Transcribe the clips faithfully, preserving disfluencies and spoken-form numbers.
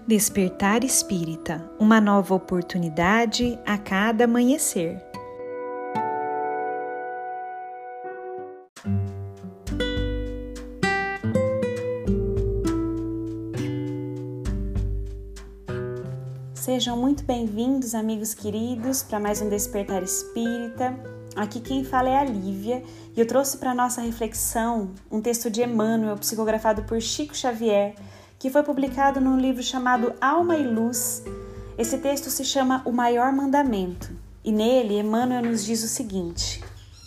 Despertar Espírita, uma nova oportunidade a cada amanhecer. Sejam muito bem-vindos, amigos queridos, para mais um Despertar Espírita. Aqui quem fala é a Lívia e eu trouxe para nossa reflexão um texto de Emmanuel, psicografado por Chico Xavier, que foi publicado num livro chamado Alma e Luz. Esse texto se chama O Maior Mandamento e nele Emmanuel nos diz o seguinte: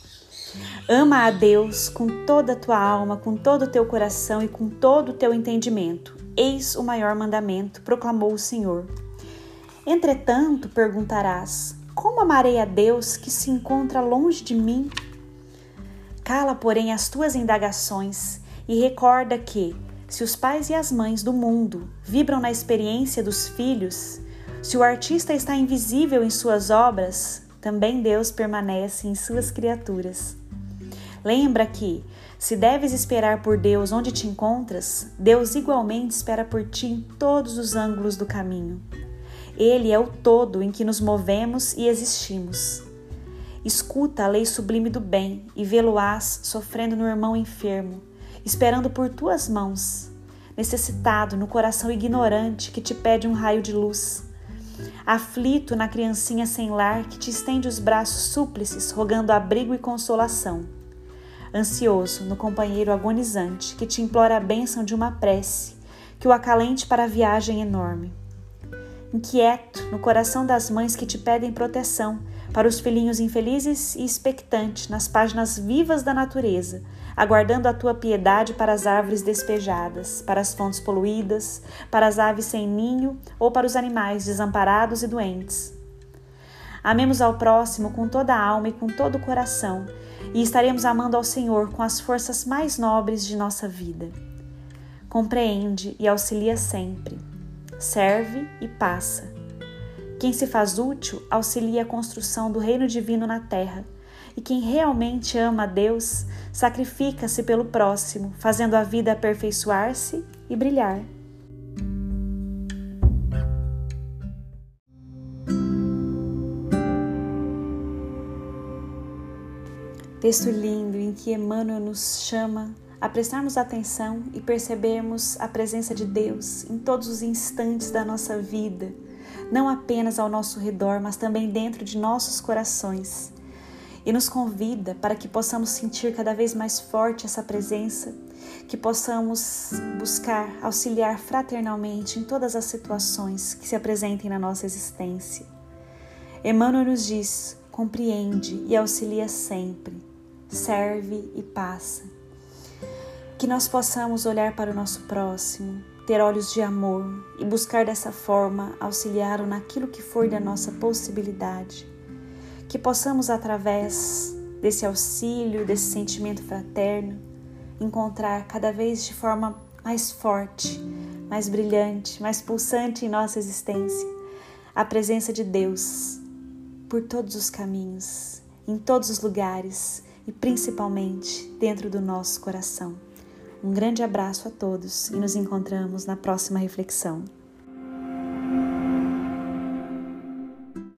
ama a Deus com toda a tua alma, com todo o teu coração e com todo o teu entendimento. Eis o maior mandamento, proclamou o Senhor. Entretanto, perguntarás, como amarei a Deus que se encontra longe de mim? Cala, porém, as tuas indagações e recorda que, se os pais e as mães do mundo vibram na experiência dos filhos, se o artista está invisível em suas obras, também Deus permanece em suas criaturas. Lembra que, se deves esperar por Deus onde te encontras, Deus igualmente espera por ti em todos os ângulos do caminho. Ele é o todo em que nos movemos e existimos. Escuta a lei sublime do bem e vê-lo-ás sofrendo no irmão enfermo, esperando por tuas mãos, necessitado no coração ignorante que te pede um raio de luz, aflito na criancinha sem lar que te estende os braços súplices rogando abrigo e consolação, ansioso no companheiro agonizante que te implora a bênção de uma prece que o acalente para a viagem enorme, inquieto no coração das mães que te pedem proteção para os filhinhos infelizes e expectantes nas páginas vivas da natureza, aguardando a tua piedade para as árvores despejadas, para as fontes poluídas, para as aves sem ninho ou para os animais desamparados e doentes. Amemos ao próximo com toda a alma e com todo o coração, e estaremos amando ao Senhor com as forças mais nobres de nossa vida. Compreende e auxilia sempre. Serve e passa. Quem se faz útil auxilia a construção do reino divino na terra, e quem realmente ama a Deus sacrifica-se pelo próximo, fazendo a vida aperfeiçoar-se e brilhar. Texto lindo em que Emmanuel nos chama a prestarmos atenção e percebermos a presença de Deus em todos os instantes da nossa vida, não apenas ao nosso redor, mas também dentro de nossos corações. E nos convida para que possamos sentir cada vez mais forte essa presença, que possamos buscar auxiliar fraternalmente em todas as situações que se apresentem na nossa existência. Emmanuel nos diz, compreende e auxilia sempre, serve e passa. Que nós possamos olhar para o nosso próximo, ter olhos de amor e buscar dessa forma auxiliá-lo naquilo que for da nossa possibilidade. Que possamos, através desse auxílio, desse sentimento fraterno, encontrar cada vez de forma mais forte, mais brilhante, mais pulsante em nossa existência, a presença de Deus por todos os caminhos, em todos os lugares e principalmente dentro do nosso coração. Um grande abraço a todos e nos encontramos na próxima reflexão.